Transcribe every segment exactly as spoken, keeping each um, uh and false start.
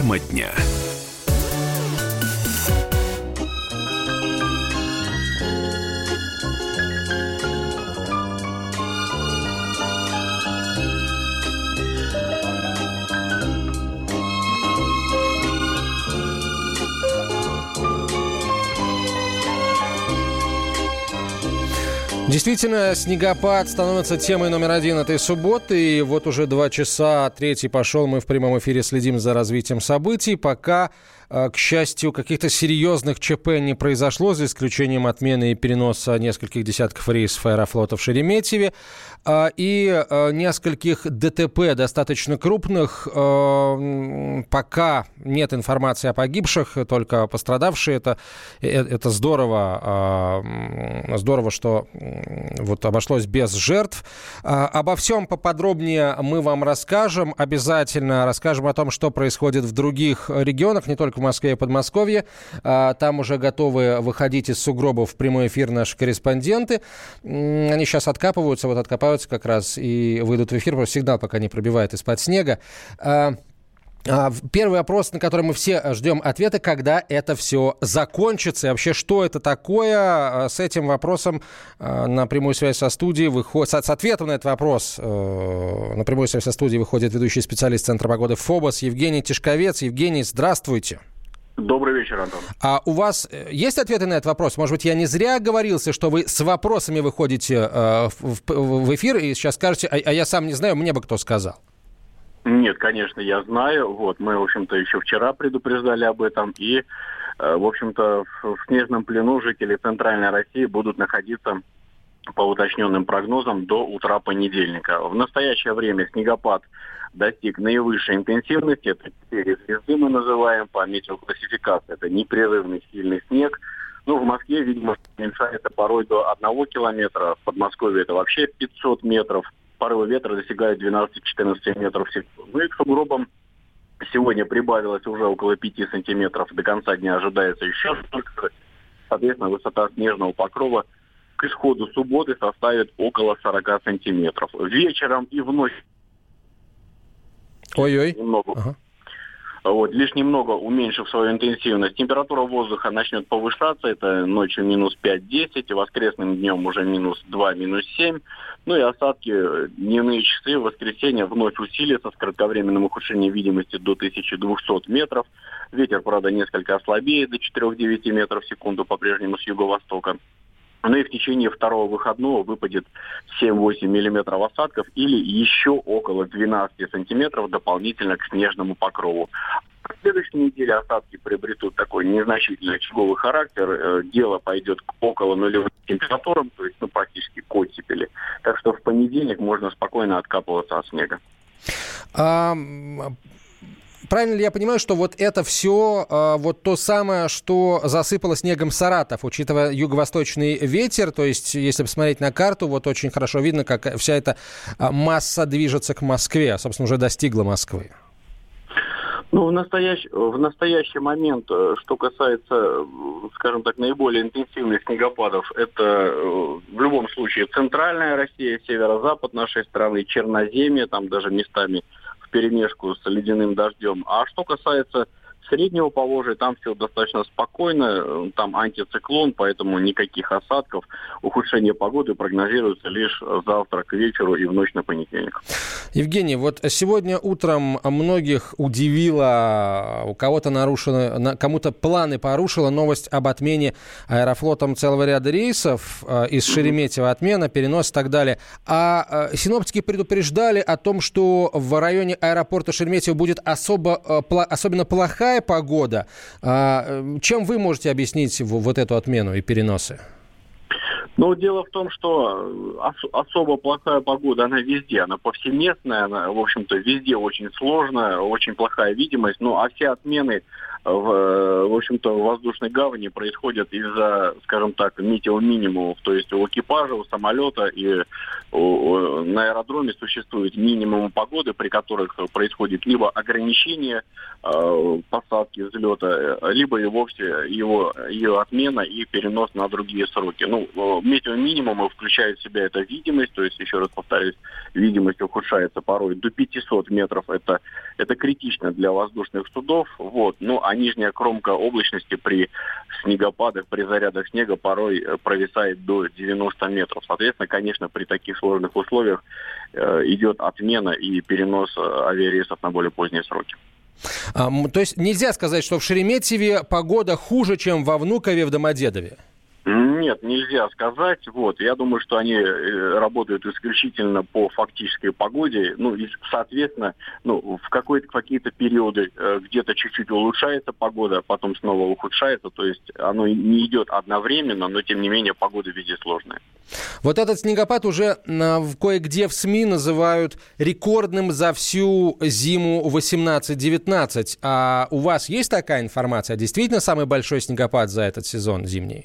Тема дня. Действительно, снегопад становится темой номер один этой субботы. И вот уже два часа, третий пошел, мы в прямом эфире следим за развитием событий. Пока, к счастью, каких-то серьезных ЧП не произошло, за исключением отмены и переноса нескольких десятков рейсов Аэрофлота в Шереметьеве. И нескольких ДТП достаточно крупных. Пока нет информации о погибших, только пострадавшие. Это, это здорово, здорово, что вот обошлось без жертв. Обо всем поподробнее мы вам расскажем. Обязательно расскажем о том, что происходит в других регионах, не только в Москве и Подмосковье. Там уже готовы выходить из сугробов в прямой эфир наши корреспонденты. Они сейчас откапываются, вот откопаются как раз и выйдут в эфир. Просто сигнал пока не пробивает из-под снега. Первый вопрос, на который мы все ждем ответа, когда это все закончится. И вообще, что это такое? С этим вопросом на прямую связь со студией выходит... С ответом на этот вопрос на прямую связь со студией выходит ведущий специалист Центра погоды ФОБОС Евгений Тишковец. Евгений, здравствуйте. Добрый вечер, Антон. А у вас есть ответы на этот вопрос? Может быть, я не зря оговорился, что вы с вопросами выходите э, в, в, в эфир и сейчас скажете, а, а я сам не знаю, мне бы кто сказал. Нет, конечно, я знаю. Вот, мы, в общем-то, еще вчера предупреждали об этом. И, э, в общем-то, в, в снежном плену жители Центральной России будут находиться, по уточненным прогнозам, до утра понедельника. В настоящее время снегопад достиг наивысшей интенсивности. Это четыре звезды мы называем по метеоклассификации. Это непрерывный сильный снег. Ну, в Москве, видимо, уменьшается порой до одного километра. В Подмосковье это вообще пятьсот метров. Порывы ветра достигают двенадцать-четырнадцать метров в секунду. Ну и к сугробам сегодня прибавилось уже около пяти сантиметров. До конца дня ожидается еще столько. Соответственно, высота снежного покрова к исходу субботы составит около сорока сантиметров. Вечером и в ночь Ой-ой. немного, ага. вот, лишь немного уменьшив свою интенсивность, температура воздуха начнет повышаться. Это ночью минус пять-десять, воскресным днем уже минус два, минус семь. Ну и осадки дневные часы в воскресенье вновь усилятся с кратковременным ухудшением видимости до тысячи двухсот метров. Ветер, правда, несколько ослабеет до четыре-девять метров в секунду, по-прежнему с юго-востока. Ну и в течение второго выходного выпадет семь-восемь миллиметров осадков или еще около двенадцати сантиметров дополнительно к снежному покрову. В следующей неделе осадки приобретут такой незначительный очаговый характер. Дело пойдет к около нулевым температурам, то есть ну, практически к оттепели. Так что в понедельник можно спокойно откапываться от снега. А... Правильно ли я понимаю, что вот это все э, вот то самое, что засыпало снегом Саратов, учитывая юго-восточный ветер, то есть если посмотреть на карту, вот очень хорошо видно, как вся эта масса движется к Москве, собственно, уже достигла Москвы. Ну, в настоящий, в настоящий момент, что касается, скажем так, наиболее интенсивных снегопадов, это в любом случае центральная Россия, северо-запад нашей страны, Черноземье, там даже местами вперемешку с ледяным дождем. А что касается среднего Поволжья, там все достаточно спокойно, там антициклон, поэтому никаких осадков, ухудшение погоды прогнозируется лишь завтра к вечеру и в ночь на понедельник. Евгений, вот сегодня утром многих удивила, у кого-то нарушено, кому-то планы порушила новость об отмене Аэрофлотом целого ряда рейсов из Шереметьево, отмена, перенос и так далее. А синоптики предупреждали о том, что в районе аэропорта Шереметьево будет особо, особенно плохая погода. Чем вы можете объяснить вот эту отмену и переносы? Ну, дело в том, что ос- особо плохая погода, она везде, она повсеместная, она, в общем-то, везде очень сложная, очень плохая видимость, ну, а все отмены в, в общем-то, в воздушной гавани происходят из-за, скажем так, метеоминимумов, то есть у экипажа, у самолета и у, на аэродроме существует минимум погоды, при которых происходит либо ограничение э, посадки, взлета, либо и вовсе его, ее отмена и перенос на другие сроки. Ну, метеоминимумы включают в себя это видимость, то есть, еще раз повторюсь, видимость ухудшается порой до пятисот метров. Это, это критично для воздушных судов. Вот. Ну, а нижняя кромка облачности при снегопадах, при зарядах снега порой провисает до девяноста метров. Соответственно, конечно, при таких сложных условиях э, идет отмена и перенос авиарейсов на более поздние сроки. А, то есть нельзя сказать, что в Шереметьеве погода хуже, чем во Внукове, в Домодедове? Нет, нельзя сказать. Вот. Я думаю, что они работают исключительно по фактической погоде. Ну, и, соответственно, ну, в, какой-то, в какие-то периоды где-то чуть-чуть улучшается погода, а потом снова ухудшается. То есть оно не идет одновременно, но, тем не менее, погода везде сложная. Вот этот снегопад уже кое-где в СМИ называют рекордным за всю зиму восемнадцать девятнадцать. А у вас есть такая информация? Действительно самый большой снегопад за этот сезон зимний?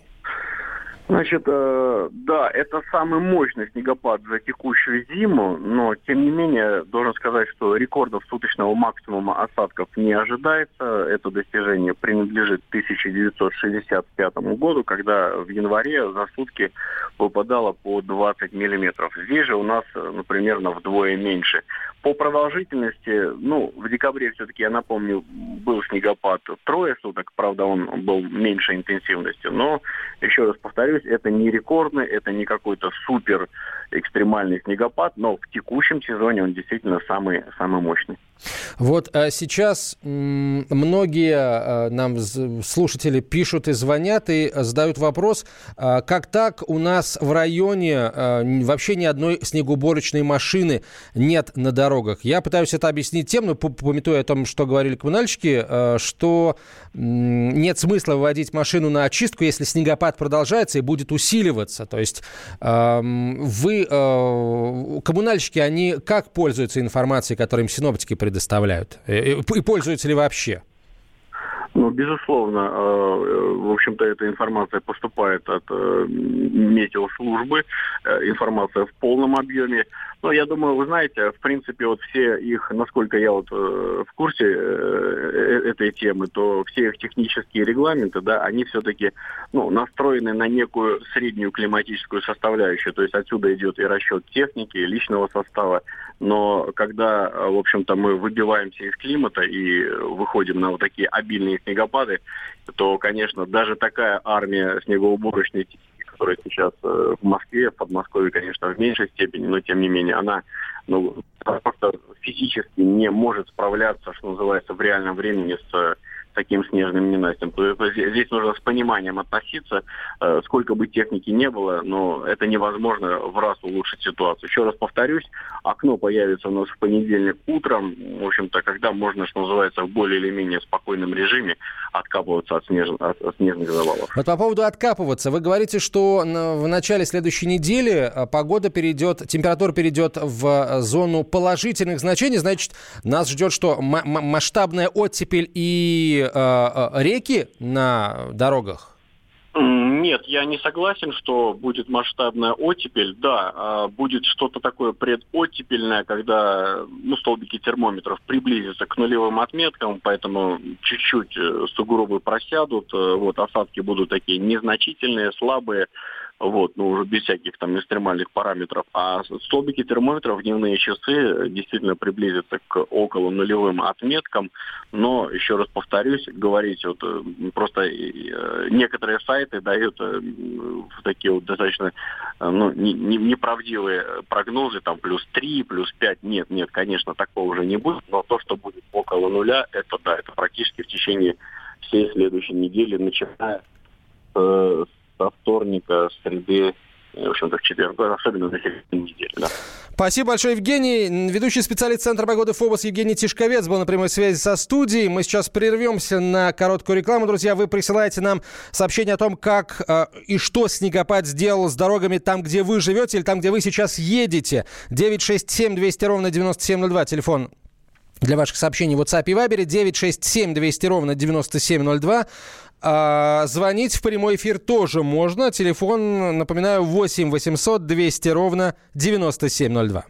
Значит, э, да, это самый мощный снегопад за текущую зиму, но, тем не менее, должен сказать, что рекордов суточного максимума осадков не ожидается. Это достижение принадлежит тысяча девятьсот шестьдесят пятому году, когда в январе за сутки выпадало по двадцать миллиметров. Здесь же у нас, ну, примерно вдвое меньше. По продолжительности, ну, в декабре все-таки, я напомню, был снегопад трое суток, правда, он был меньшей интенсивностью, но, еще раз повторюсь, это не рекордный, это не какой-то супер экстремальный снегопад, но в текущем сезоне он действительно самый, самый мощный. Вот а сейчас м- многие а, нам слушатели пишут и звонят и задают вопрос, а, как так у нас в районе а, вообще ни одной снегоуборочной машины нет на дорогах. Я пытаюсь это объяснить тем, ну, памятуя о том, что говорили коммунальщики, а, что м- нет смысла выводить машину на очистку, если снегопад продолжается и будет усиливаться. То есть а, вы, а, коммунальщики, они как пользуются информацией, которую им синоптики предоставляют? И, и пользуются ли вообще? Ну, безусловно, в общем-то, эта информация поступает от метеослужбы, информация в полном объеме. Но я думаю, вы знаете, в принципе, вот все их, насколько я вот в курсе этой темы, то все их технические регламенты, да, они все-таки, ну, настроены на некую среднюю климатическую составляющую. То есть отсюда идет и расчет техники, и личного состава. Но когда, в общем-то, мы выбиваемся из климата и выходим на вот такие обильные снегопады, то, конечно, даже такая армия снегоуборочной техники, которая сейчас в Москве, в Подмосковье, конечно, в меньшей степени, но, тем не менее, она, ну, просто физически не может справляться, что называется, в реальном времени с таким снежным ненастьем. Здесь нужно с пониманием относиться, сколько бы техники не было, но это невозможно в раз улучшить ситуацию. Еще раз повторюсь, окно появится у нас в понедельник утром, в общем-то, когда можно, что называется, в более или менее спокойном режиме откапываться от, снеж... от, от снежных завалов. Вот по поводу откапываться, вы говорите, что в начале следующей недели погода перейдет, температура перейдет в зону положительных значений, значит, нас ждет что? М- масштабная оттепель и реки на дорогах? Нет, я не согласен, что будет масштабная оттепель. Да, будет что-то такое предоттепельное, когда, ну, столбики термометров приблизятся к нулевым отметкам, поэтому чуть-чуть сугробы просядут, вот, осадки будут такие незначительные, слабые, вот, ну, уже без всяких там экстремальных параметров. А столбики термометров в дневные часы действительно приблизятся к около нулевым отметкам, но, еще раз повторюсь, говорить вот просто некоторые сайты дают такие вот достаточно, ну, не, не, неправдивые прогнозы, там, плюс три, плюс пять, нет, нет, конечно, такого уже не будет, но то, что будет около нуля, это, да, это практически в течение всей следующей недели, начиная с со вторника, среды, в общем-то, в четверг, особенно на середине недели, да. Спасибо большое, Евгений. Ведущий специалист Центра погоды ФОБОС Евгений Тишковец был на прямой связи со студией. Мы сейчас прервемся на короткую рекламу. Друзья, вы присылаете нам сообщение о том, как э, и что снегопад сделал с дорогами там, где вы живете, или там, где вы сейчас едете. девять шесть семь двести ровно девяносто семь ноль два, телефон для ваших сообщений в WhatsApp и Viber. девять шесть семь двести ровно девяносто семь ноль два. А, звонить в прямой эфир тоже можно. Телефон, напоминаю, восемь восемьсот двести ровно девяносто семь ноль два.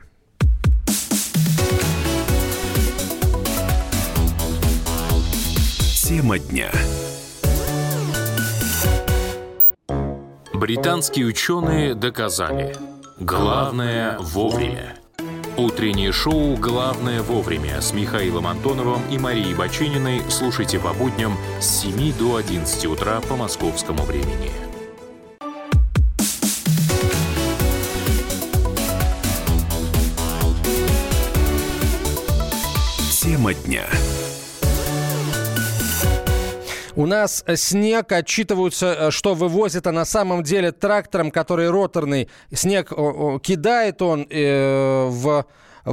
Тема дня. Британские ученые доказали: главное вовремя. Утреннее шоу «Главное вовремя» с Михаилом Антоновым и Марией Бачининой слушайте по будням с семи до одиннадцати утра по московскому времени. Тема дня. У нас снег, отчитываются, что вывозят, а на самом деле трактором, который роторный, снег кидает он э, в...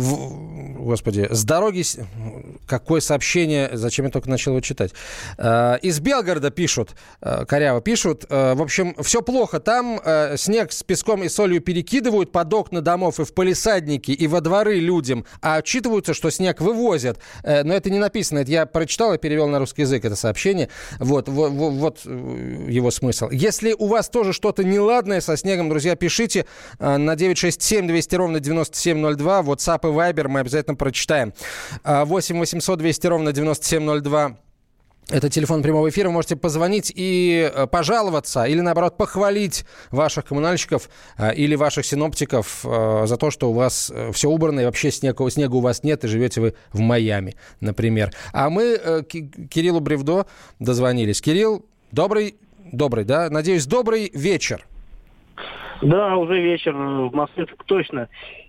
В, господи, с дороги... Какое сообщение, зачем я только начал его читать? Э, из Белгорода пишут, э, коряво пишут. Э, в общем, все плохо. Там э, снег с песком и солью перекидывают под окна домов и в палисадники, и во дворы людям. А отчитываются, что снег вывозят. Э, но это не написано. Это я прочитал и перевел на русский язык это сообщение. Вот, вот, вот его смысл. Если у вас тоже что-то неладное со снегом, друзья, пишите э, на девять шесть семь двести ровно девяносто семь ноль два. WhatsApp и Viber мы обязательно прочитаем. восемь восемьсот двести ровно девяносто семь ноль два. Это телефон прямого эфира. Вы можете позвонить и пожаловаться, или, наоборот, похвалить ваших коммунальщиков или ваших синоптиков за то, что у вас все убрано, и вообще снега, снега у вас нет, и живете вы в Майами, например. А мы к Кириллу Бревдо дозвонились. Кирилл, добрый, добрый, да? Надеюсь, добрый вечер. Да, уже вечер в Москве, точно.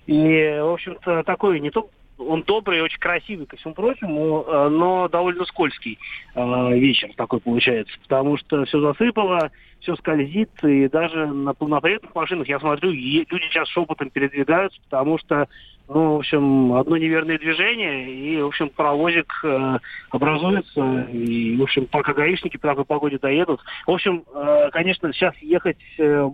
И, в общем-то, такой не то, он добрый, очень красивый, ко всему прочему, но довольно скользкий вечер такой получается, потому что все засыпало, все скользит, и даже на полноприводных машинах, я смотрю, люди сейчас шепотом передвигаются, потому что, ну, в общем, одно неверное движение, и, в общем, паровозик э, образуется, и, в общем, пока гаишники по такой погоде доедут. В общем, э, конечно, сейчас ехать... Э,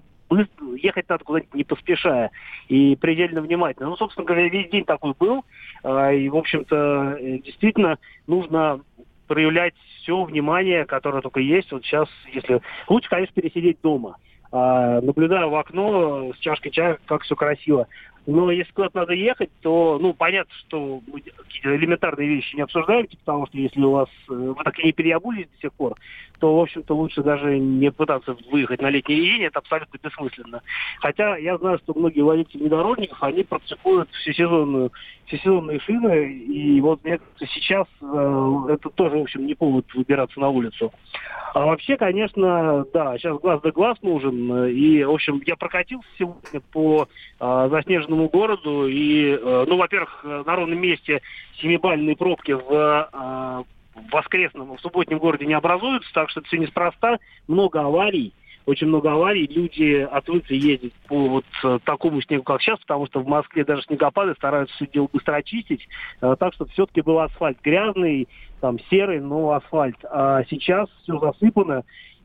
Ехать надо куда-нибудь не поспешая и предельно внимательно. Ну, собственно говоря, весь день такой был. И, в общем-то, действительно нужно проявлять все внимание, которое только есть. Вот сейчас, если... Лучше, конечно, пересидеть дома. Наблюдая в окно с чашкой чая, как все красиво. Но если куда-то надо ехать, то, ну, понятно, что мы какие-то элементарные вещи не обсуждаем, потому что если у вас, вы так и не переобулись до сих пор, то, в общем-то, лучше даже не пытаться выехать на летний день, это абсолютно бессмысленно. Хотя я знаю, что многие водители внедорожников, они практикуют всесезонную, всесезонные шины, и вот мне кажется, сейчас э, это тоже, в общем, не повод выбираться на улицу. А вообще, конечно, да, сейчас глаз да глаз нужен, и, в общем, я прокатился сегодня по э, заснеженному городу, и, э, ну, во-первых, на ровном месте семибалльные пробки в, э, в воскресном, в субботнем городе не образуются, так что это все неспроста, много аварий. Очень много аварий, люди отвыкли ездить по вот такому снегу, как сейчас, потому что в Москве даже снегопады стараются все дело быстро очистить, так что все-таки был асфальт грязный, там серый, но асфальт. А сейчас все засыпано,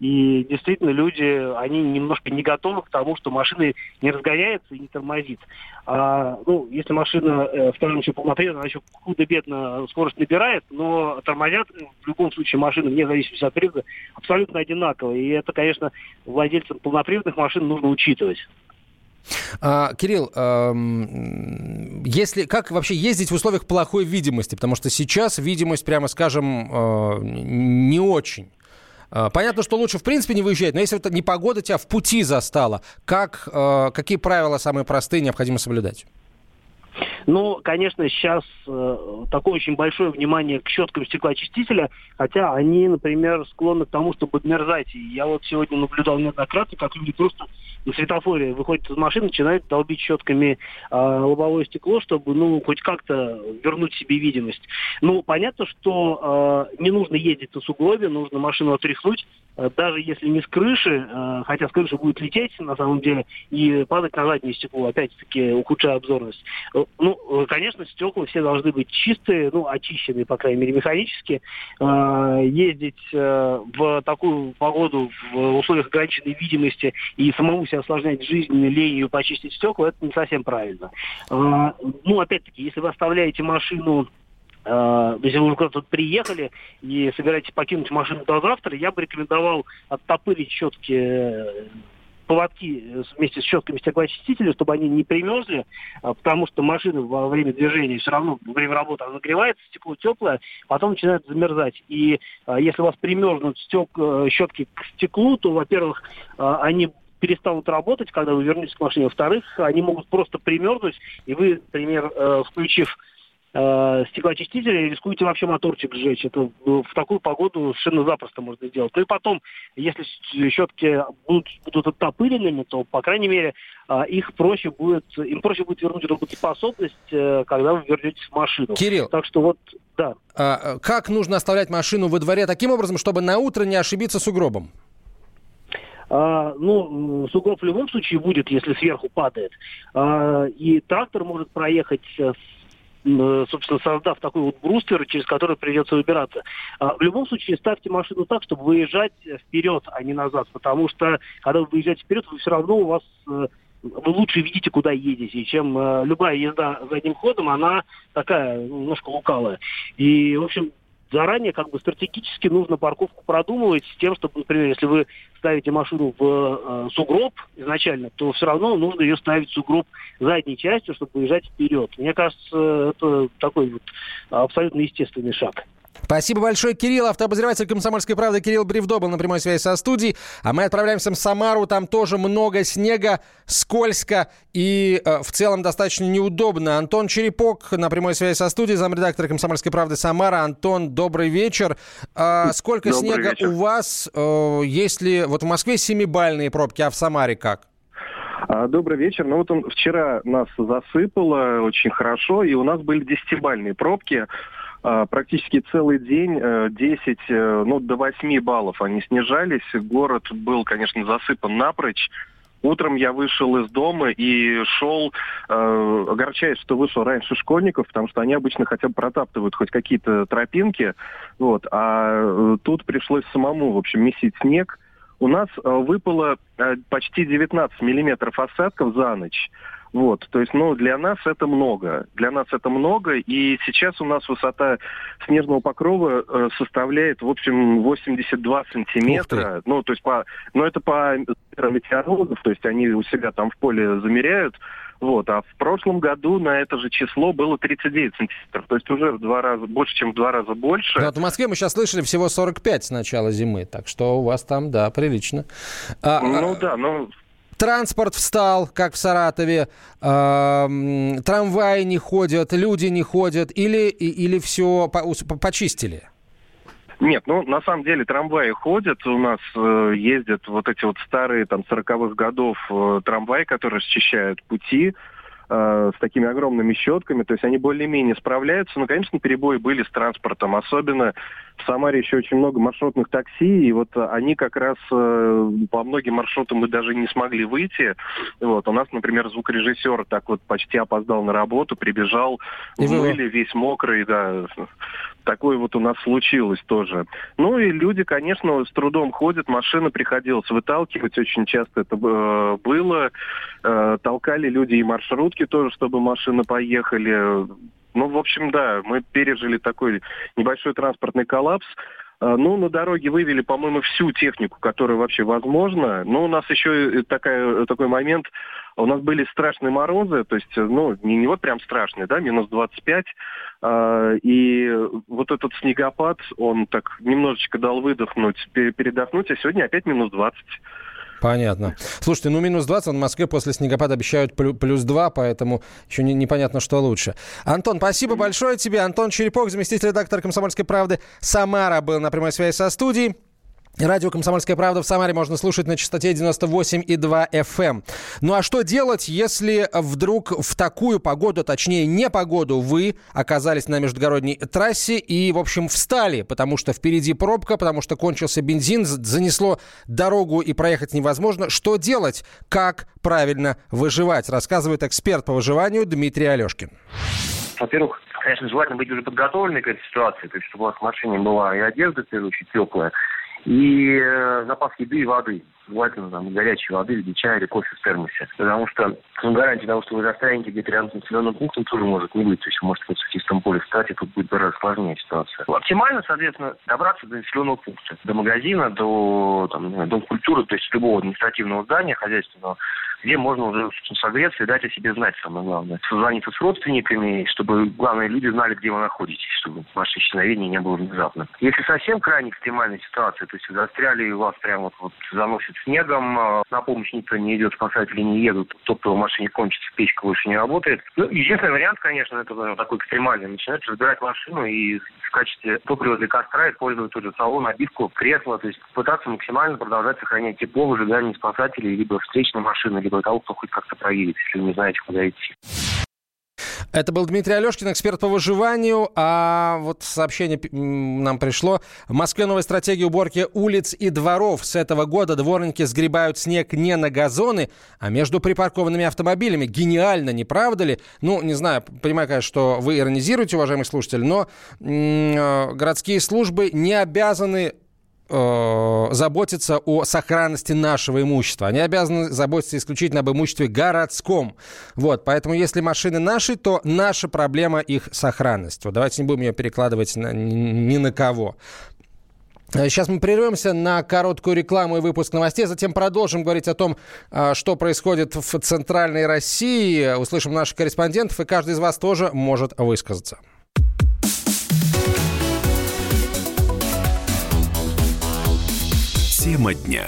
и действительно люди, они немножко не готовы к тому, что машина не разгоняется и не тормозит. А, ну, если машина, э, вторым еще полноприводная, она еще худо-бедно скорость набирает, но тормозят в любом случае машины, вне зависимости от привода, абсолютно одинаково. И это, конечно, владельцам полноприводных машин нужно учитывать. А, Кирилл, эм, если, как вообще ездить в условиях плохой видимости? Потому что сейчас видимость, прямо скажем, э, не очень. Понятно, что лучше в принципе не выезжать, но если это непогода тебя в пути застала, как, э, какие правила самые простые необходимо соблюдать? Ну, конечно, сейчас э, такое очень большое внимание к щеткам стеклоочистителя, хотя они, например, склонны к тому, чтобы подмерзать. И я вот сегодня наблюдал неоднократно, как люди просто на светофоре выходят из машины, начинают долбить щетками э, лобовое стекло, чтобы, ну, хоть как-то вернуть себе видимость. Ну, понятно, что э, не нужно ездить на сугробе, нужно машину отряхнуть, э, даже если не с крыши, э, хотя с крыши будет лететь, на самом деле, и падать на заднее стекло, опять-таки ухудшая обзорность. Ну, конечно, стекла все должны быть чистые, ну, очищенные, по крайней мере, механически. Ездить в такую погоду в условиях ограниченной видимости и самому себе осложнять жизнь ленью почистить стекла, это не совсем правильно. Ну, опять-таки, если вы оставляете машину, если вы уже куда-то приехали и собираетесь покинуть машину до завтра, я бы рекомендовал оттопырить щетки, поводки вместе с щетками стеклоочистителя, чтобы они не примерзли, потому что машина во время движения все равно, во время работы, она нагревается, стекло теплое, потом начинает замерзать. И если у вас примерзнут стек, щетки к стеклу, то, во-первых, они перестанут работать, когда вы вернетесь к машине. Во-вторых, они могут просто примерзнуть, и вы, например, э, включив э, стеклоочиститель, рискуете вообще моторчик сжечь. Это в такую погоду совершенно запросто можно сделать. Ну и потом, если щетки будут, будут оттопыренными, то, по крайней мере, э, их проще будет, им проще будет вернуть работоспособность, э, когда вы вернетесь в машину. Кирилл. Так что вот, да. А, как нужно оставлять машину во дворе таким образом, чтобы на утро не ошибиться сугробом? А, ну, сугроб в любом случае будет, если сверху падает. А, и трактор может проехать, собственно, создав такой вот бруствер, через который придется выбираться. А, в любом случае, ставьте машину так, чтобы выезжать вперед, а не назад. Потому что, когда вы выезжаете вперед, вы все равно у вас... вы лучше видите, куда едете, чем э, любая езда задним ходом, она такая немножко лукавая. И, в общем, заранее как бы стратегически нужно парковку продумывать с тем, чтобы, например, если вы ставите машину в э, сугроб изначально, то все равно нужно ее ставить в сугроб задней частью, чтобы выезжать вперед. Мне кажется, это такой вот абсолютно естественный шаг. Спасибо большое, Кирилл. Автообозреватель «Комсомольской правды» Кирилл Бревдо был на прямой связи со студией. А мы отправляемся в Самару. Там тоже много снега, скользко и э, в целом достаточно неудобно. Антон Черепок на прямой связи со студией, замредактора «Комсомольской правды» Самара. Антон, добрый вечер. Э, сколько добрый снега вечер. У вас? Э, если вот в Москве семибальные пробки, а в Самаре как? Добрый вечер. Ну вот он вчера нас засыпало очень хорошо, и у нас были десятибальные пробки. Практически целый день, десять, ну, до восьми баллов они снижались. Город был, конечно, засыпан напрочь. Утром я вышел из дома и шел, э, огорчаясь, что вышел раньше школьников, потому что они обычно хотя бы протаптывают хоть какие-то тропинки. Вот, а тут пришлось самому, в общем, месить снег. У нас выпало почти девятнадцать миллиметров осадков за ночь. Вот, то есть, ну, для нас это много. Для нас это много, и сейчас у нас высота снежного покрова э, составляет, в общем, восемьдесят два сантиметра. Ну, то есть, по, ну, это по метеорологов, то есть, они у себя там в поле замеряют. Вот, а в прошлом году на это же число было тридцать девять сантиметров. То есть, уже в два раза, больше, чем в два раза больше. Да, вот в Москве мы сейчас слышали всего сорок пять с начала зимы, так что у вас там, да, прилично. А, ну, а... да, ну... Транспорт встал, как в Саратове, э, трамваи не ходят, люди не ходят, или, или все по, почистили? Нет, ну, на самом деле трамваи ходят, у нас э, ездят вот эти вот старые, там, сороковых годов э, трамваи, которые счищают пути, э, с такими огромными щетками, то есть они более-менее справляются, но, конечно, перебои были с транспортом, особенно в Самаре еще очень много маршрутных такси, и вот они как раз э, по многим маршрутам мы даже не смогли выйти. Вот, у нас, например, звукорежиссер так вот почти опоздал на работу, прибежал, в мыле, весь мокрый, да. Такое вот у нас случилось тоже. Ну и люди, конечно, с трудом ходят, машины приходилось выталкивать, очень часто это э, было. Э, толкали люди и маршрутки тоже, чтобы машины поехали. Ну, в общем, да, мы пережили такой небольшой транспортный коллапс. Ну, на дороге вывели, по-моему, всю технику, которая вообще возможна. Но у нас еще такая, такой момент, у нас были страшные морозы, то есть, ну, не, не вот прям страшные, да, минус двадцать пять. И вот этот снегопад, он так немножечко дал выдохнуть, передохнуть, а сегодня опять минус двадцать. Понятно. Слушайте, ну минус двадцать, в Москве после снегопада обещают плюс два, поэтому еще не, непонятно, что лучше. Антон, спасибо большое тебе. Антон Черепок, заместитель редактора «Комсомольской правды» Самара, был на прямой связи со студией. Радио «Комсомольская правда» в Самаре можно слушать на частоте девяносто восемь и два эф эм. Ну а что делать, если вдруг в такую погоду, точнее непогоду, вы оказались на междугородней трассе и, в общем, встали, потому что впереди пробка, потому что кончился бензин, занесло дорогу и проехать невозможно. Что делать? Как правильно выживать? Рассказывает эксперт по выживанию Дмитрий Алешкин. Во-первых, конечно, желательно быть уже подготовленной к этой ситуации, то есть чтобы у вас в машине была и одежда, в первую очередь, теплая, и э, запас еды и воды. Желательно там горячей воды, или чая, или кофе в термосе. Потому что ну, гарантия того, что вы застрянете где-то рядом с населенным пунктом, тоже может не быть. То есть вы можете в чистом поле встать, и тут будет гораздо сложнее ситуация. Оптимально, соответственно, добраться до населенного пункта. До магазина, до там, Дом культуры, то есть любого административного здания хозяйственного, где можно уже согреться и дать о себе знать, самое главное. Созвониться с родственниками, чтобы, главное, люди знали, где вы находитесь, чтобы ваше исчезновение не было внезапно. Если совсем крайне экстремальная ситуация, то есть вы застряли и вас прямо вот, вот заносит снегом, на помощь никто не идет, спасатели не едут, топливо в машине кончится, печка больше не работает. Ну, единственный вариант, конечно, это ну, такой экстремальный. Начинать разбирать машину и в качестве топлива для костра использовать тот же салон, обивку, кресло, то есть пытаться максимально продолжать сохранять тепло в ожидании спасателей, либо встречной машины, либо того, кто хоть как-то проедет, если вы не знаете, куда идти. Это был Дмитрий Алешкин, эксперт по выживанию. А вот сообщение нам пришло. В Москве новая стратегия уборки улиц и дворов. С этого года дворники сгребают снег не на газоны, а между припаркованными автомобилями. Гениально, не правда ли? Ну, не знаю, понимаю, конечно, что вы иронизируете, уважаемый слушатель, но м- городские службы не обязаны заботиться о сохранности нашего имущества. Они обязаны заботиться исключительно об имуществе городском. Вот, поэтому если машины наши, то наша проблема их сохранность. Вот, давайте не будем ее перекладывать на, ни на кого. Сейчас мы прервемся на короткую рекламу и выпуск новостей, затем продолжим говорить о том, что происходит в Центральной России. Услышим наших корреспондентов, и каждый из вас тоже может высказаться. Тема дня.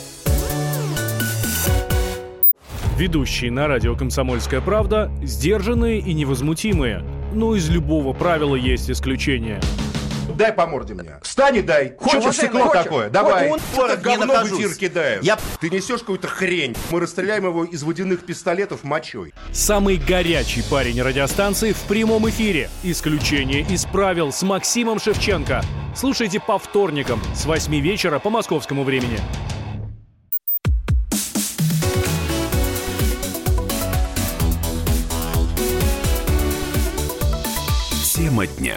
Ведущие на радио «Комсомольская правда» сдержанные и невозмутимые. Но из любого правила есть исключение. Дай по морде мне. Встань и дай. Хочешь стекло хочешь? Такое? Давай. Вот, вот, говно в эфир кидаем. Я... Ты несешь какую-то хрень. Мы расстреляем его из водяных пистолетов мочой. Самый горячий парень радиостанции в прямом эфире. Исключение из правил с Максимом Шевченко. Слушайте по вторникам с восьми вечера по московскому времени. Тема дня.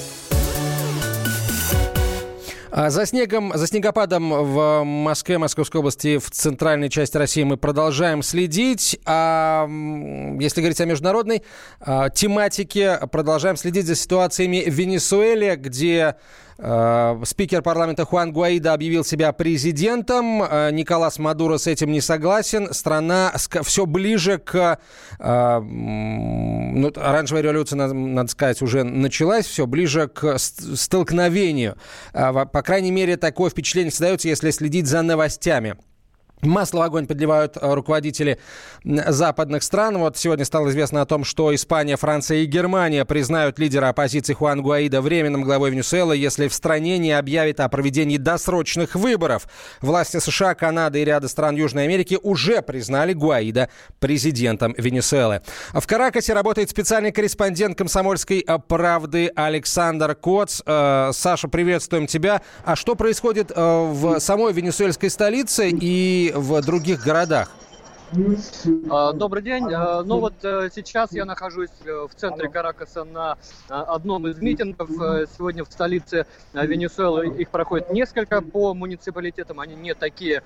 За снегом, за снегопадом в Москве, Московской области, в центральной части России мы продолжаем следить. А если говорить о международной а, тематике, продолжаем следить за ситуациями в Венесуэле, где а, спикер парламента Хуан Гуаидо объявил себя президентом. А, Николас Мадуро с этим не согласен. Страна все ближе к... А, ну, оранжевая революция, надо, надо сказать, уже началась, все ближе к столкновению. А, по крайней мере, такое впечатление создается, если следить за новостями. Масло в огонь подливают руководители западных стран. Вот сегодня стало известно о том, что Испания, Франция и Германия признают лидера оппозиции Хуан Гуаидо временным главой Венесуэлы, если в стране не объявят о проведении досрочных выборов. Власти США, Канады и ряда стран Южной Америки уже признали Гуаидо президентом Венесуэлы. В Каракасе работает специальный корреспондент «Комсомольской правды» Александр Коц. Саша, приветствуем тебя. А что происходит в самой венесуэльской столице и в других городах? Добрый день. Ну вот сейчас я нахожусь в центре Каракаса на одном из митингов. Сегодня в столице Венесуэлы их проходит несколько по муниципалитетам. Они не такие,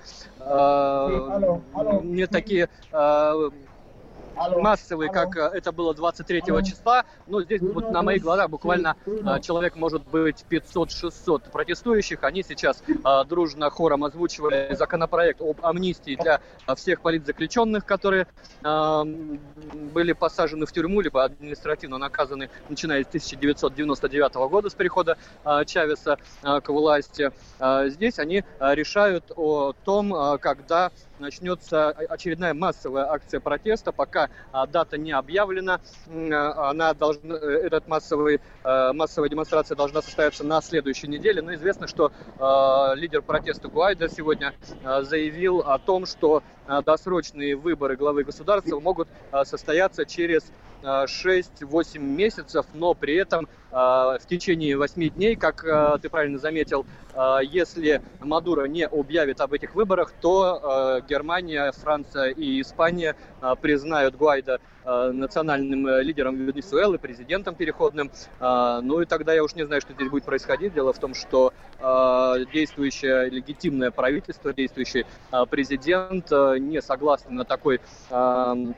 не такие массовые, как это было двадцать третьего числа. Но здесь вот на моих глазах буквально человек может быть пятьсот-шестьсот протестующих. Они сейчас дружно хором озвучивали законопроект об амнистии для всех политзаключенных, которые были посажены в тюрьму, либо административно наказаны, начиная с тысяча девятьсот девяносто девятого года, с перехода Чавеса к власти. Здесь они решают о том, когда начнется очередная массовая акция протеста. Пока а, дата не объявлена. Она должна, этот массовый, а, массовая демонстрация должна состояться на следующей неделе. Но известно, что а, лидер протеста Гуаидо сегодня а, заявил о том, что а, досрочные выборы главы государства могут а, состояться через шесть-восемь месяцев, но при этом э, в течение восьми дней, как э, ты правильно заметил, э, если Мадуро не объявит об этих выборах, то э, Германия, Франция и Испания э, признают Гуаидо э, национальным лидером Венесуэлы, президентом переходным. Э, ну и тогда я уж не знаю, что здесь будет происходить. Дело в том, что э, действующее легитимное правительство, действующий э, президент э, не согласны на такой... Э,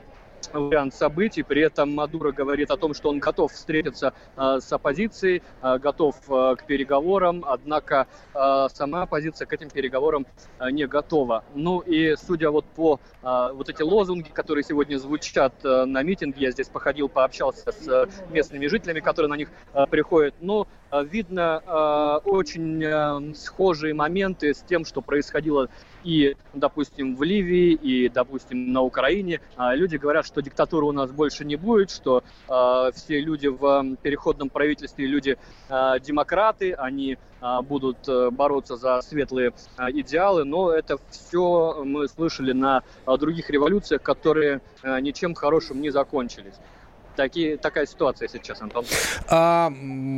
вариант событий. При этом Мадуро говорит о том, что он готов встретиться э, с оппозицией, э, готов э, к переговорам, однако э, сама оппозиция к этим переговорам э, не готова. Ну и судя вот по э, вот эти лозунги, которые сегодня звучат э, на митинге, я здесь походил, пообщался с э, местными жителями, которые на них э, приходят, но э, видно э, очень э, схожие моменты с тем, что происходило и, допустим, в Ливии, и, допустим, на Украине. Люди говорят, что диктатуры у нас больше не будет, что э, все люди в переходном правительстве люди э, демократы, они э, будут бороться за светлые э, идеалы, но это все мы слышали на э, других революциях, которые э, ничем хорошим не закончились. Такие, такая ситуация сейчас, Антон. А,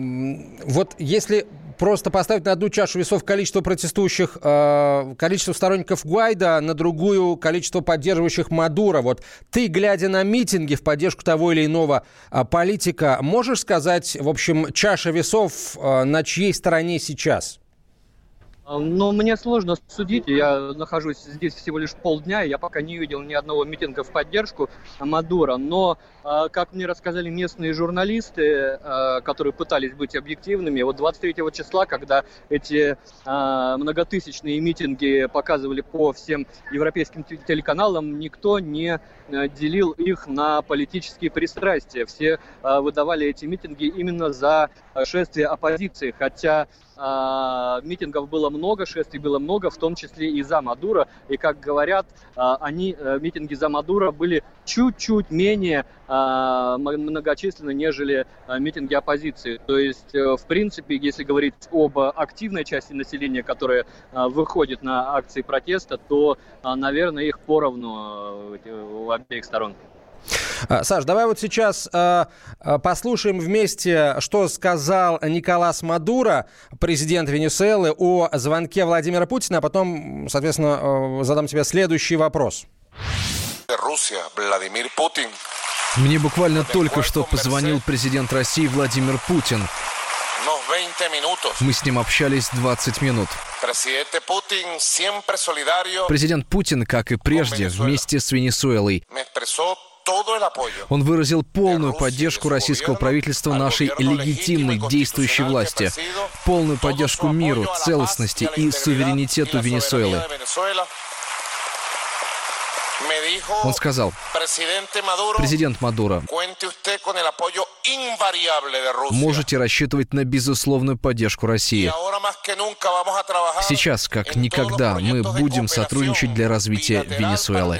вот если просто поставить на одну чашу весов количество протестующих, э, количество сторонников Гуайдо, на другую количество поддерживающих Мадуро, вот ты, глядя на митинги в поддержку того или иного э, политика, можешь сказать, в общем, чаша весов э, на чьей стороне сейчас? Ну, мне сложно судить. Я нахожусь здесь всего лишь полдня, и я пока не видел ни одного митинга в поддержку Мадуро. Но, как мне рассказали местные журналисты, которые пытались быть объективными, вот двадцать третьего числа, когда эти многотысячные митинги показывали по всем европейским телеканалам, никто не делил их на политические пристрастия. Все выдавали эти митинги именно за шествие оппозиции, хотя митингов было много, шествий было много, в том числе и за Мадуро. И, как говорят, они, митинги за Мадуро были чуть-чуть менее многочисленны, нежели митинги оппозиции. То есть, в принципе, если говорить об активной части населения, которая выходит на акции протеста, то, наверное, их поровну у обеих сторон. Саш, давай вот сейчас э, послушаем вместе, что сказал Николас Мадуро, президент Венесуэлы, о звонке Владимира Путина, а потом, соответственно, э, задам тебе следующий вопрос. Мне буквально только что позвонил президент России Владимир Путин. Мы с ним общались двадцать минут. Президент Путин, как и прежде, вместе с Венесуэлой. Он выразил полную поддержку российского правительства нашей легитимной действующей власти, полную поддержку миру, целостности и суверенитету Венесуэлы. Он сказал: президент Мадуро, можете рассчитывать на безусловную поддержку России. Сейчас, как никогда, мы будем сотрудничать для развития Венесуэлы.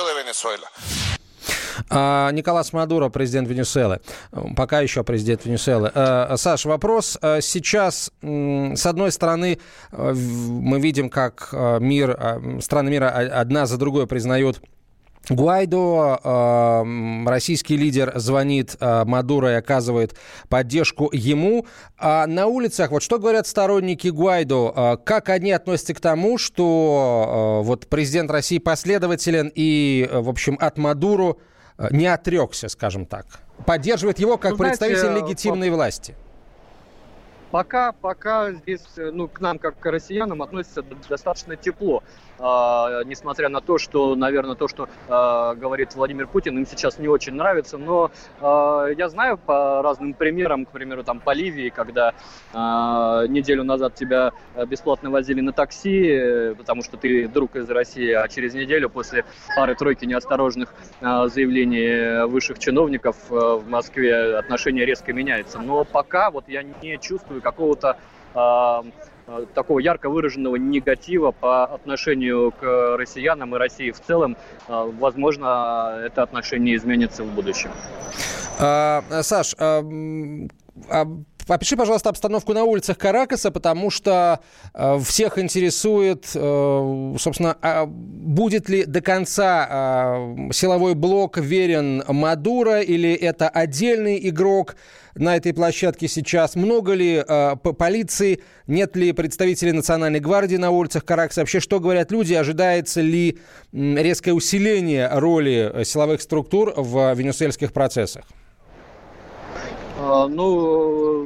Николас Мадуро, президент Венесуэлы. Пока еще президент Венесуэлы. Саш, вопрос. Сейчас, с одной стороны, мы видим, как мир, страны мира одна за другой признают Гуайдо, российский лидер звонит Мадуро и оказывает поддержку ему. А на улицах, вот что говорят сторонники Гуайдо, как они относятся к тому, что вот президент России последователен и, в общем, от Мадуро не отрекся, скажем так, поддерживает его как ну, представитель знаете, легитимной по... власти? Пока, пока здесь, ну, к нам, как к россиянам, относятся достаточно тепло. Э, несмотря на то, что, наверное, то, что э, говорит Владимир Путин, им сейчас не очень нравится. Но э, я знаю по разным примерам, к примеру, там по Ливии, когда э, неделю назад тебя бесплатно возили на такси, потому что ты друг из России, а через неделю после пары-тройки неосторожных э, заявлений высших чиновников э, в Москве отношение резко меняется. Но пока вот я не чувствую какого-то э, такого ярко выраженного негатива по отношению к россиянам и России в целом. Э, возможно, это отношение изменится в будущем. А, Саш, а, а... Опиши, пожалуйста, обстановку на улицах Каракаса, потому что э, всех интересует, э, собственно, э, будет ли до конца э, силовой блок верен Мадуро или это отдельный игрок на этой площадке сейчас? Много ли э, полиции, нет ли представителей Национальной гвардии на улицах Каракаса? Вообще, что говорят люди? Ожидается ли резкое усиление роли силовых структур в венесуэльских процессах? Ну, вот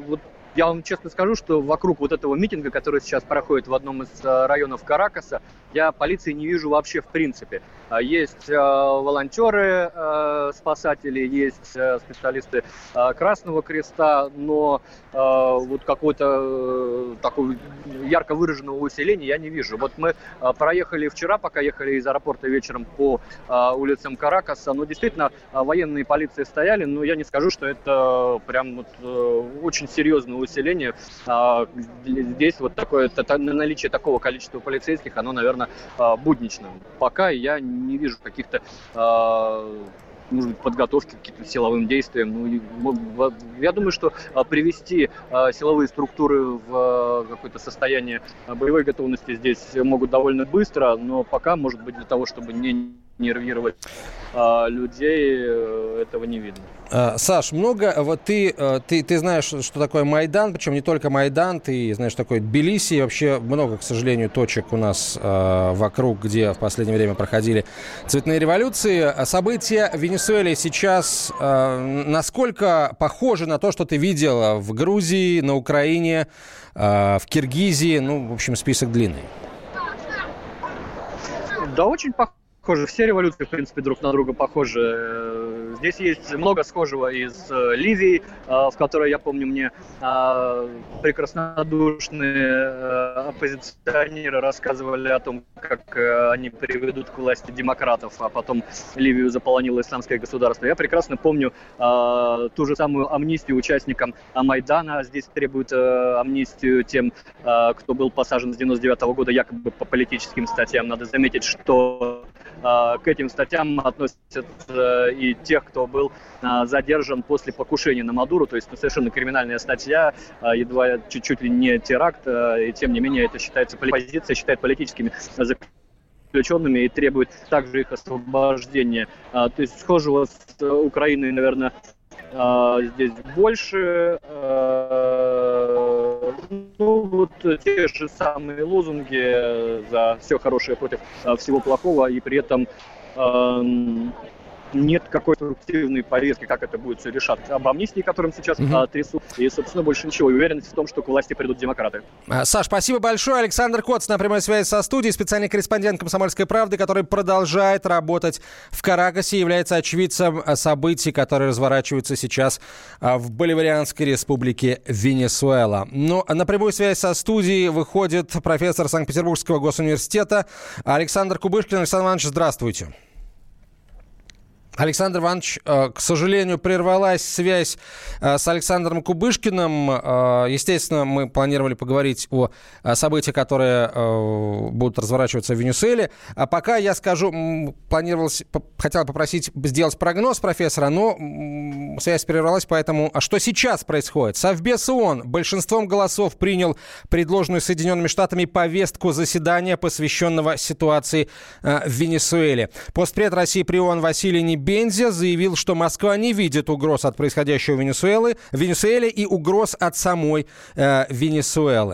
я вам честно скажу, что вокруг вот этого митинга, который сейчас проходит в одном из районов Каракаса, я полиции не вижу вообще в принципе. Есть э, волонтеры, э, спасатели, есть э, специалисты э, Красного Креста, но э, вот какого-то э, такого ярко выраженного усиления я не вижу. Вот мы э, проехали вчера, пока ехали из аэропорта вечером по э, улицам Каракаса, ну действительно э, военные полиции стояли, но я не скажу, что это прям вот э, очень серьезное усиление. Э, здесь вот такое это, наличие такого количества полицейских, оно, наверное, э, буднично. Пока я не не вижу каких-то, э, может быть, подготовки к каким-то силовым действиям. Ну, я думаю, что привести э, силовые структуры в э, какое-то состояние боевой готовности здесь могут довольно быстро, но пока, может быть, для того, чтобы не нервировать э, людей, э, этого не видно. Саш, много, вот ты, ты, ты знаешь, что такое Майдан, причем не только Майдан, ты знаешь, что такое Тбилиси, и вообще много, к сожалению, точек у нас э, вокруг, где в последнее время проходили цветные революции. События в Венесуэле сейчас э, насколько похожи на то, что ты видела в Грузии, на Украине, э, в Киргизии, ну, в общем, список длинный. Да, очень похоже. Похоже, все революции, в принципе, друг на друга похожи. Здесь есть много схожего из Ливии, в которой, я помню, мне прекраснодушные оппозиционеры рассказывали о том, как они приведут к власти демократов, а потом Ливию заполонило исламское государство. Я прекрасно помню ту же самую амнистию участникам Майдана. Здесь требуют амнистию тем, кто был посажен с девяносто девятого года якобы по политическим статьям. Надо заметить, что к этим статьям относят и тех, кто был задержан после покушения на Мадуру, то есть ну, совершенно криминальная статья, едва чуть-чуть ли не теракт, и тем не менее это считается, позиция считает политическими заключенными и требует также их освобождения. То есть схожего с Украиной, наверное, здесь больше. Ну, вот те же самые лозунги за все хорошее против всего плохого, и при этом э, нет какой-то конструктивной повестки, как это будет все решаться. Об амнистии, которым сейчас mm-hmm. трясут, и, собственно, больше ничего. И уверенность в том, что к власти придут демократы. Саш, спасибо большое. Александр Коц на прямой связи со студией, специальный корреспондент «Комсомольской правды», который продолжает работать в Каракасе, является очевидцем событий, которые разворачиваются сейчас в Боливарианской республике Венесуэла. Ну, на прямую связь со студией выходит профессор Санкт-Петербургского госуниверситета Александр Кубышкин. Александр Иванович, здравствуйте. Александр Иванович, к сожалению, прервалась связь с Александром Кубышкиным. Естественно, мы планировали поговорить о событиях, которые будут разворачиваться в Венесуэле. А пока я скажу, планировалось, хотел попросить сделать прогноз профессора, но связь прервалась, поэтому... А что сейчас происходит? Совбез ООН большинством голосов принял предложенную Соединенными Штатами повестку заседания, посвященного ситуации в Венесуэле. Постпред России при ООН Василий Небензя Бензя заявил, что Москва не видит угроз от происходящего в Венесуэле, в Венесуэле и угроз от самой э, Венесуэлы.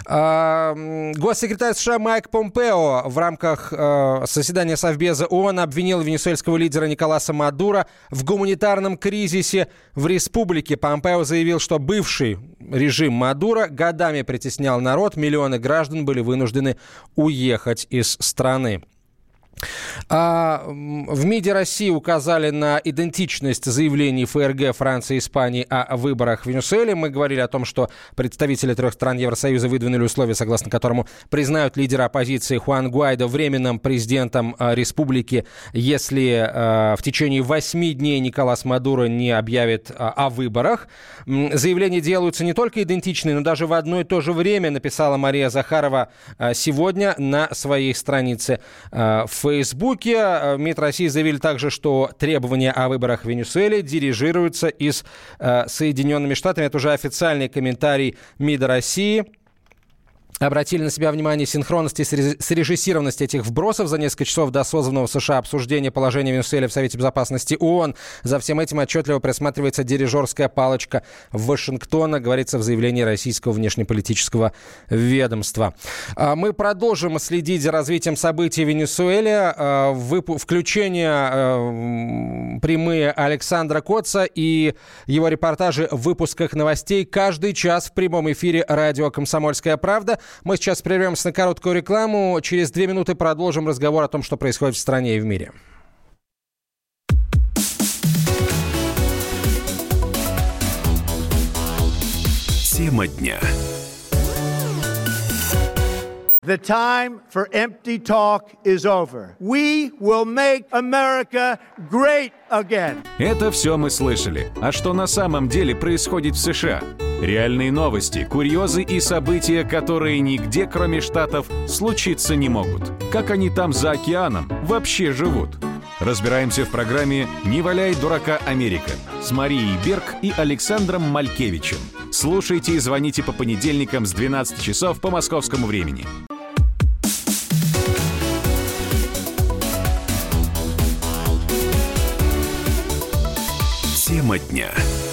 Э, госсекретарь США Майк Помпео в рамках э, заседания Совбеза ООН обвинил венесуэльского лидера Николаса Мадуро в гуманитарном кризисе в республике. Помпео заявил, что бывший режим Мадуро годами притеснял народ, миллионы граждан были вынуждены уехать из страны. А в МИДе России указали на идентичность заявлений ФРГ, Франции и Испании о выборах в Венесуэле. Мы говорили о том, что представители трех стран Евросоюза выдвинули условия, согласно которому признают лидера оппозиции Хуан Гуайдо временным президентом республики, если в течение восьми дней Николас Мадуро не объявит о выборах. Заявления делаются не только идентичные, но даже в одно и то же время, написала Мария Захарова сегодня на своей странице в В Фейсбуке. МИД России заявили также, что требования о выборах в Венесуэле дирижируются из э, Соединенными Штатами. Это уже официальный комментарий МИДа России. обратили на себя внимание синхронности и срежиссированности этих вбросов за несколько часов до созванного в США обсуждения положения Венесуэлы в Совете Безопасности ООН. За всем этим отчетливо просматривается дирижерская палочка Вашингтона, говорится в заявлении российского внешнеполитического ведомства. Мы продолжим следить за развитием событий в Венесуэле. Включение прямые Александра Коца и его репортажи в выпусках новостей каждый час в прямом эфире радио «Комсомольская правда». Мы сейчас прервемся на короткую рекламу. Через две минуты продолжим разговор о том, что происходит в стране и в мире. Тема дня. The time for empty talk is over. We will make America great again. Это все мы слышали. А что на самом деле происходит в США? Реальные новости, курьезы и события, которые нигде, кроме Штатов, случиться не могут. Как они там за океаном вообще живут? Разбираемся в программе «Не валяй дурака, Америка» с Марией Берг и Александром Малькевичем. Слушайте и звоните по понедельникам с двенадцати часов по московскому времени. Тема дня.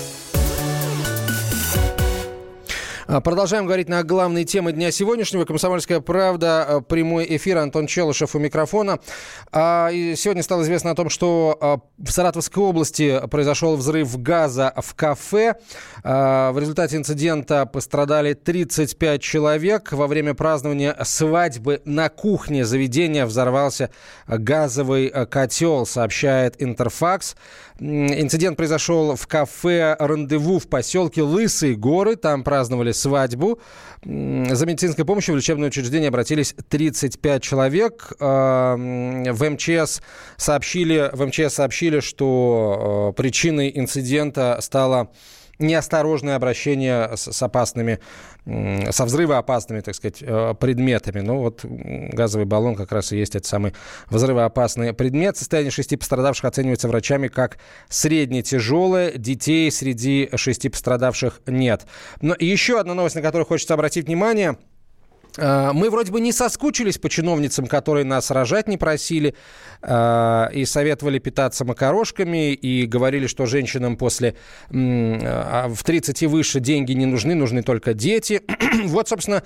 Продолжаем говорить на главные темы дня сегодняшнего. «Комсомольская правда», прямой эфир, Антон Челышев у микрофона. И сегодня стало известно о том, что в Саратовской области произошел взрыв газа в кафе. В результате инцидента пострадали тридцать пять человек. Во время празднования свадьбы на кухне заведения взорвался газовый котел, сообщает Интерфакс. Инцидент произошел в кафе «Рандеву» в поселке Лысые горы. Там праздновали свадьбу. За медицинской помощью в лечебное учреждение обратились тридцать пять человек. В МЧС сообщили, в МЧС сообщили, что причиной инцидента стало неосторожное обращение с, с опасными, со взрывоопасными, так сказать, предметами. Ну вот газовый баллон как раз и есть этот самый взрывоопасный предмет. Состояние шести пострадавших оценивается врачами как средне-тяжелое. Детей среди шести пострадавших нет. Но еще одна новость, на которую хочется обратить внимание. Мы вроде бы не соскучились по чиновницам, которые нас рожать не просили, и советовали питаться макарошками, и говорили, что женщинам после в тридцать и выше деньги не нужны, нужны только дети. Вот, собственно,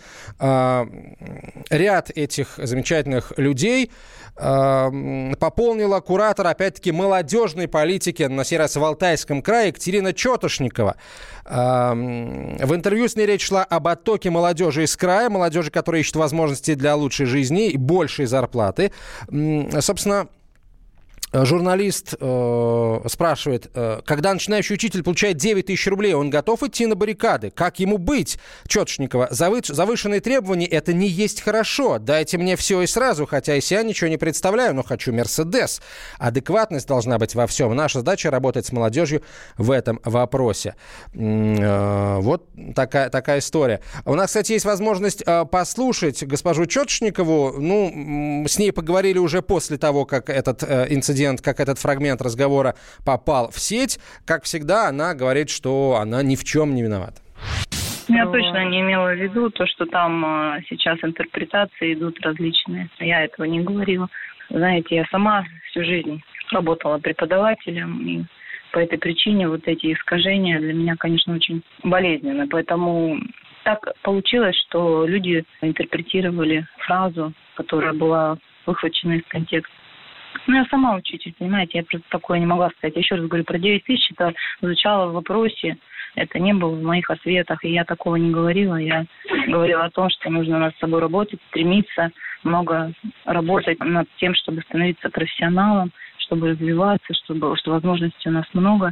ряд этих замечательных людей пополнила куратор, опять-таки, молодежной политики, на сей раз в Алтайском крае, Екатерина Четошникова. В интервью с ней речь шла об оттоке молодежи из края, молодежи, которая ищет возможности для лучшей жизни и большей зарплаты. Собственно, журналист э, спрашивает, э, когда начинающий учитель получает девять тысяч рублей, он готов идти на баррикады? Как ему быть? Четошникова: Завы... завышенные требования – это не есть хорошо. Дайте мне все и сразу, хотя и я ничего не представляю, но хочу Мерседес. Адекватность должна быть во всем. Наша задача – работать с молодежью в этом вопросе. Э, вот такая, такая история. У нас, кстати, есть возможность э, послушать госпожу Четошникову. Ну, с ней поговорили уже после того, как этот э, инцидент, как этот фрагмент разговора попал в сеть. Как всегда, она говорит, что она ни в чем не виновата. Я точно не имела в виду то, что там э, сейчас интерпретации идут различные. Я этого не говорила. Знаете, я сама всю жизнь работала преподавателем, и по этой причине вот эти искажения для меня, конечно, очень болезненны. Поэтому так получилось, что люди интерпретировали фразу, которая была выхвачена из контекста. Ну, я сама учитель, понимаете, я просто такое не могла сказать. Я еще раз говорю, про девять тысяч это звучало в вопросе, это не было в моих ответах, и я такого не говорила. Я говорила о том, что нужно над собой работать, стремиться, много работать над тем, чтобы становиться профессионалом, чтобы развиваться, чтобы, что возможностей у нас много.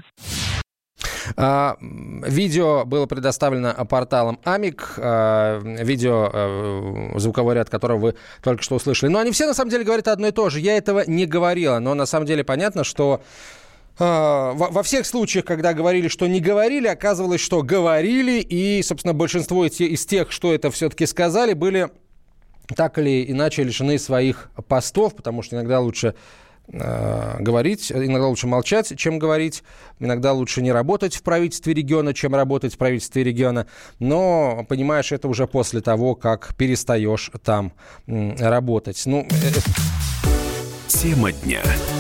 А, видео было предоставлено порталом Амик, а, видео, а, звуковой ряд которого вы только что услышали. Но они все на самом деле говорят одно и то же. Я этого не говорила, но на самом деле понятно, что а, во, во всех случаях, когда говорили, что не говорили, оказывалось, что говорили, и, собственно, большинство из, из тех, что это все-таки сказали, были так или иначе лишены своих постов, потому что иногда лучше э, говорить, иногда лучше молчать, чем говорить, иногда лучше не работать в правительстве региона, чем работать в правительстве региона, но понимаешь это уже после того, как перестаешь там э, работать. Ну, э... Тема дня.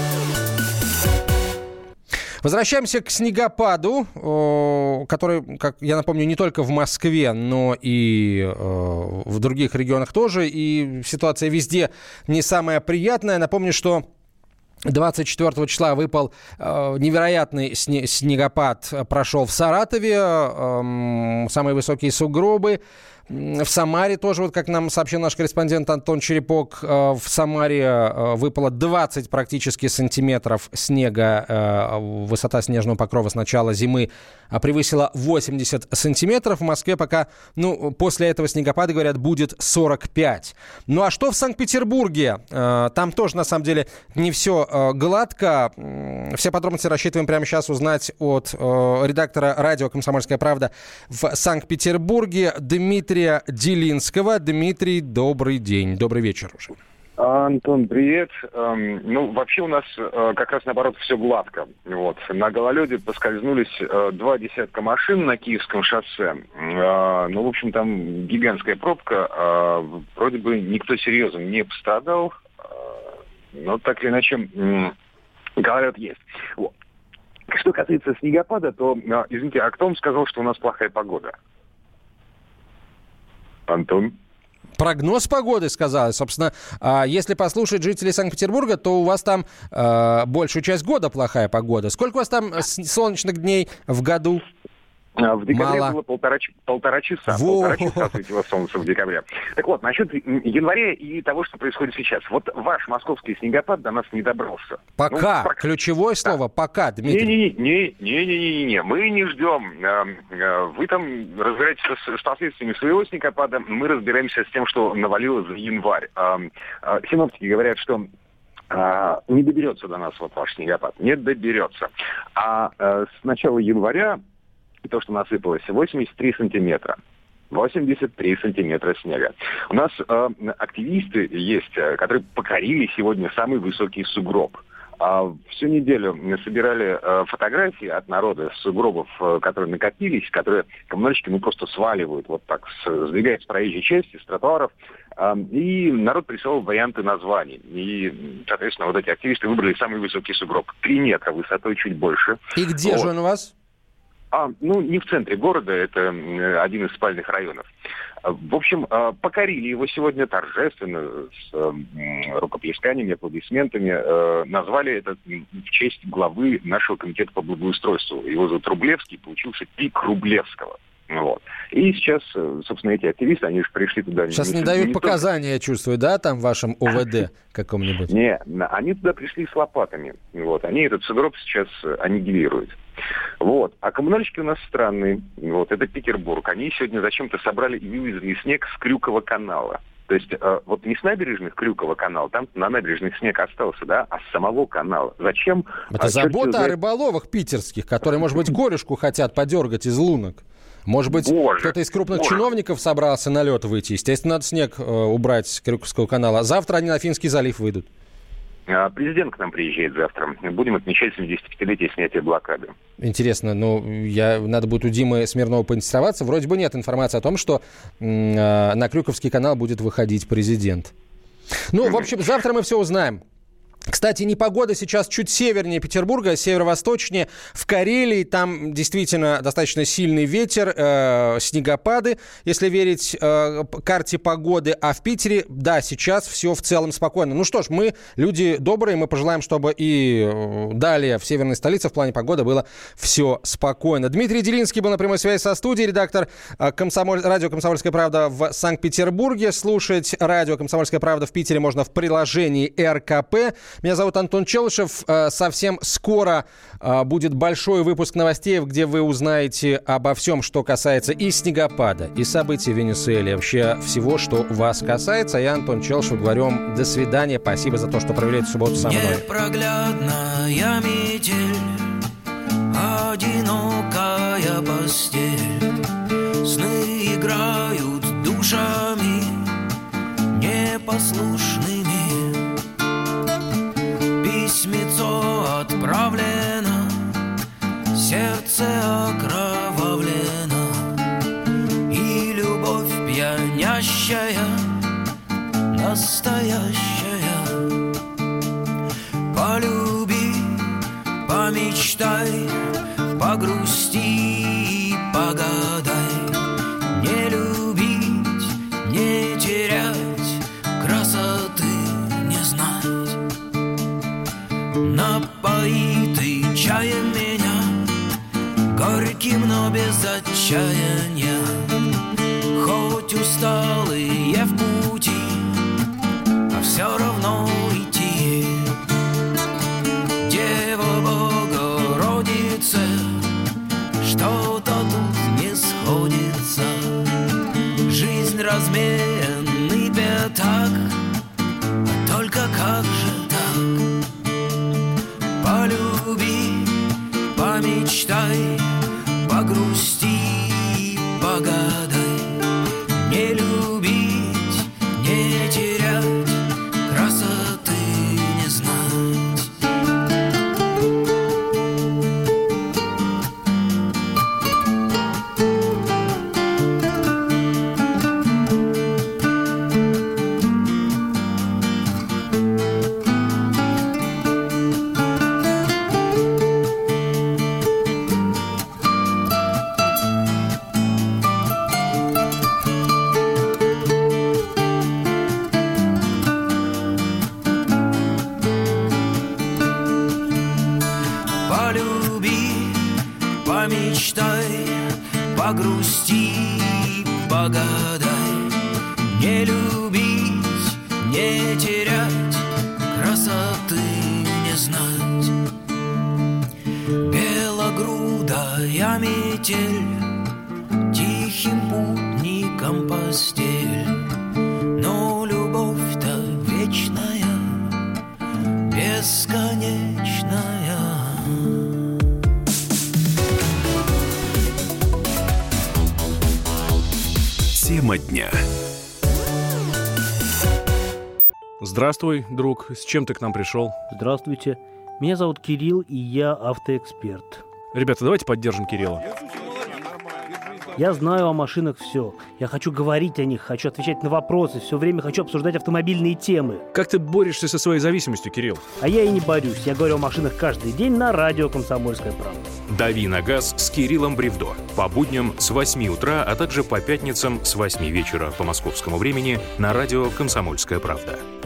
Возвращаемся к снегопаду, который, как я напомню, не только в Москве, но и в других регионах тоже. И ситуация везде не самая приятная. Напомню, что двадцать четвёртого числа выпал невероятный снегопад, прошел в Саратове, самые высокие сугробы. В Самаре тоже, вот как нам сообщил наш корреспондент Антон Черепок, в Самаре выпало двадцать практически сантиметров снега. Высота снежного покрова с начала зимы превысила восемьдесят сантиметров. В Москве пока, ну, после этого снегопада, говорят, будет сорок пять. Ну а что в Санкт-Петербурге? Там тоже, на самом деле, не все гладко. Все подробности рассчитываем прямо сейчас узнать от редактора радио «Комсомольская правда» в Санкт-Петербурге Дмитрия Делинского. Дмитрий, добрый день. Добрый вечер уже. Антон, привет. Ну, вообще у нас как раз наоборот все гладко. Вот. На гололеде поскользнулись два десятка машин на Киевском шоссе. Ну, в общем, там гигантская пробка. Вроде бы никто серьезно не пострадал. Но так или иначе, гололед есть. Вот. Что касается снегопада, то, извините, а кто вам сказал, что у нас плохая погода? Антон? Прогноз погоды, сказал. Собственно, если послушать жителей Санкт-Петербурга, то у вас там э, большую часть года плохая погода. Сколько у вас там солнечных дней в году? В декабре Мало. было полтора, полтора часа. Во. Полтора часа светило солнце в декабре. Так вот, насчет января и того, что происходит сейчас. Вот ваш московский снегопад до нас не добрался. Пока. Ну, пока. Ключевое слово «пока», Дмитрий. Не-не-не, мы не ждем. Вы там разбираетесь с последствиями своего снегопада, мы разбираемся с тем, что навалило за январь. Синоптики говорят, что не доберется до нас вот ваш снегопад. Не доберется. А с начала января то, что насыпалось, восемьдесят три сантиметра. восемьдесят три сантиметра снега. У нас э, активисты есть, которые покорили сегодня самый высокий сугроб. А всю неделю мы собирали э, фотографии от народа с сугробов, э, которые накопились, которые коммунальщики ну, просто сваливают, вот так, с, сдвигают с проезжей части, с тротуаров. Э, и народ присылал варианты названий. И, соответственно, вот эти активисты выбрали самый высокий сугроб. Три метра высотой, чуть больше. И где вот. же он у вас? А, ну, не в центре города, это один из спальных районов. В общем, покорили его сегодня торжественно, с рукоплесканиями, аплодисментами. Назвали это в честь главы нашего комитета по благоустройству. Его зовут Рублевский, получился пик Рублевского. Вот. И сейчас, собственно, эти активисты, они же пришли туда... Сейчас не, не дают не показания, я чувствую, да, там в вашем ОВД каком-нибудь? Не, они туда пришли с лопатами. Вот. Они этот сугроб сейчас аннигилируют. Вот. А коммунальщики у нас странные. Вот. Это Петербург. Они сегодня зачем-то собрали и вывезли снег с Крюкова канала. То есть э, вот не с набережных Крюкова канала, там на набережных снег остался, да, а с самого канала. Зачем? Это а, забота о рыболовах питерских, которые, может быть, горюшку хотят подергать из лунок. Может быть, Боже, кто-то из крупных Боже. чиновников собрался на лед выйти. Естественно, надо снег э, убрать с Крюковского канала. Завтра они на Финский залив выйдут. Президент к нам приезжает завтра. Будем отмечать семидесятипятилетие снятия блокады. Интересно, ну, я, надо будет у Димы Смирнова поинтересоваться. Вроде бы нет информации о том, что э, на Крюковский канал будет выходить президент. Ну, в общем, завтра мы все узнаем. Кстати, непогода сейчас чуть севернее Петербурга, северо-восточнее. В Карелии там действительно достаточно сильный ветер, э, снегопады, если верить э, карте погоды. А в Питере, да, сейчас все в целом спокойно. Ну что ж, мы люди добрые, мы пожелаем, чтобы и далее в северной столице в плане погоды было все спокойно. Дмитрий Делинский был на прямой связи со студией, редактор э, комсомоль... радио «Комсомольская правда» в Санкт-Петербурге. Слушать радио «Комсомольская правда» в Питере можно в приложении эр ка пэ. Меня зовут Антон Челышев. Совсем скоро будет большой выпуск новостей, где вы узнаете обо всем, что касается и снегопада, и событий в Венесуэле, вообще всего, что вас касается. Я, Антон Челышев, говорю вам до свидания. Спасибо за то, что провели эту субботу со мной. Непроглядная метель, одинокая постель, сны играют душами непослушными. сердце окровавлено, и любовь пьянящая, настоящая. Полюби, помечтай, погрусти, погадай. Не любить, не терять, красоты не знать. Напои ты чаем меня, горьким, но без отчаяния. Хоть усталые в пути, а все равно идти. Дева Богородица, что-то тут не сходится. Жизнь разменный пятак, а только как же так? Полюби, помечтай, погрусти, погадай. Не любить, не терять, красоты не знать. Помечтай, погрусти, погадай. Не любить, не терять, красоты не знать. Белогрудая метель, тихим путником постель. Но любовь-то вечная, бесконечная. Тема дня. Здравствуй, друг. С чем ты к нам пришел? Здравствуйте. Меня зовут Кирилл, и я автоэксперт. Ребята, давайте поддержим Кирилла. Я знаю о машинах все. Я хочу говорить о них, хочу отвечать на вопросы, все время хочу обсуждать автомобильные темы. Как ты борешься со своей зависимостью, Кирилл? А я и не борюсь. Я говорю о машинах каждый день на радио «Комсомольская правда». «Дави на газ» с Кириллом Бревдо. По будням с восьми утра, а также по пятницам с восьми вечера по московскому времени на радио «Комсомольская правда».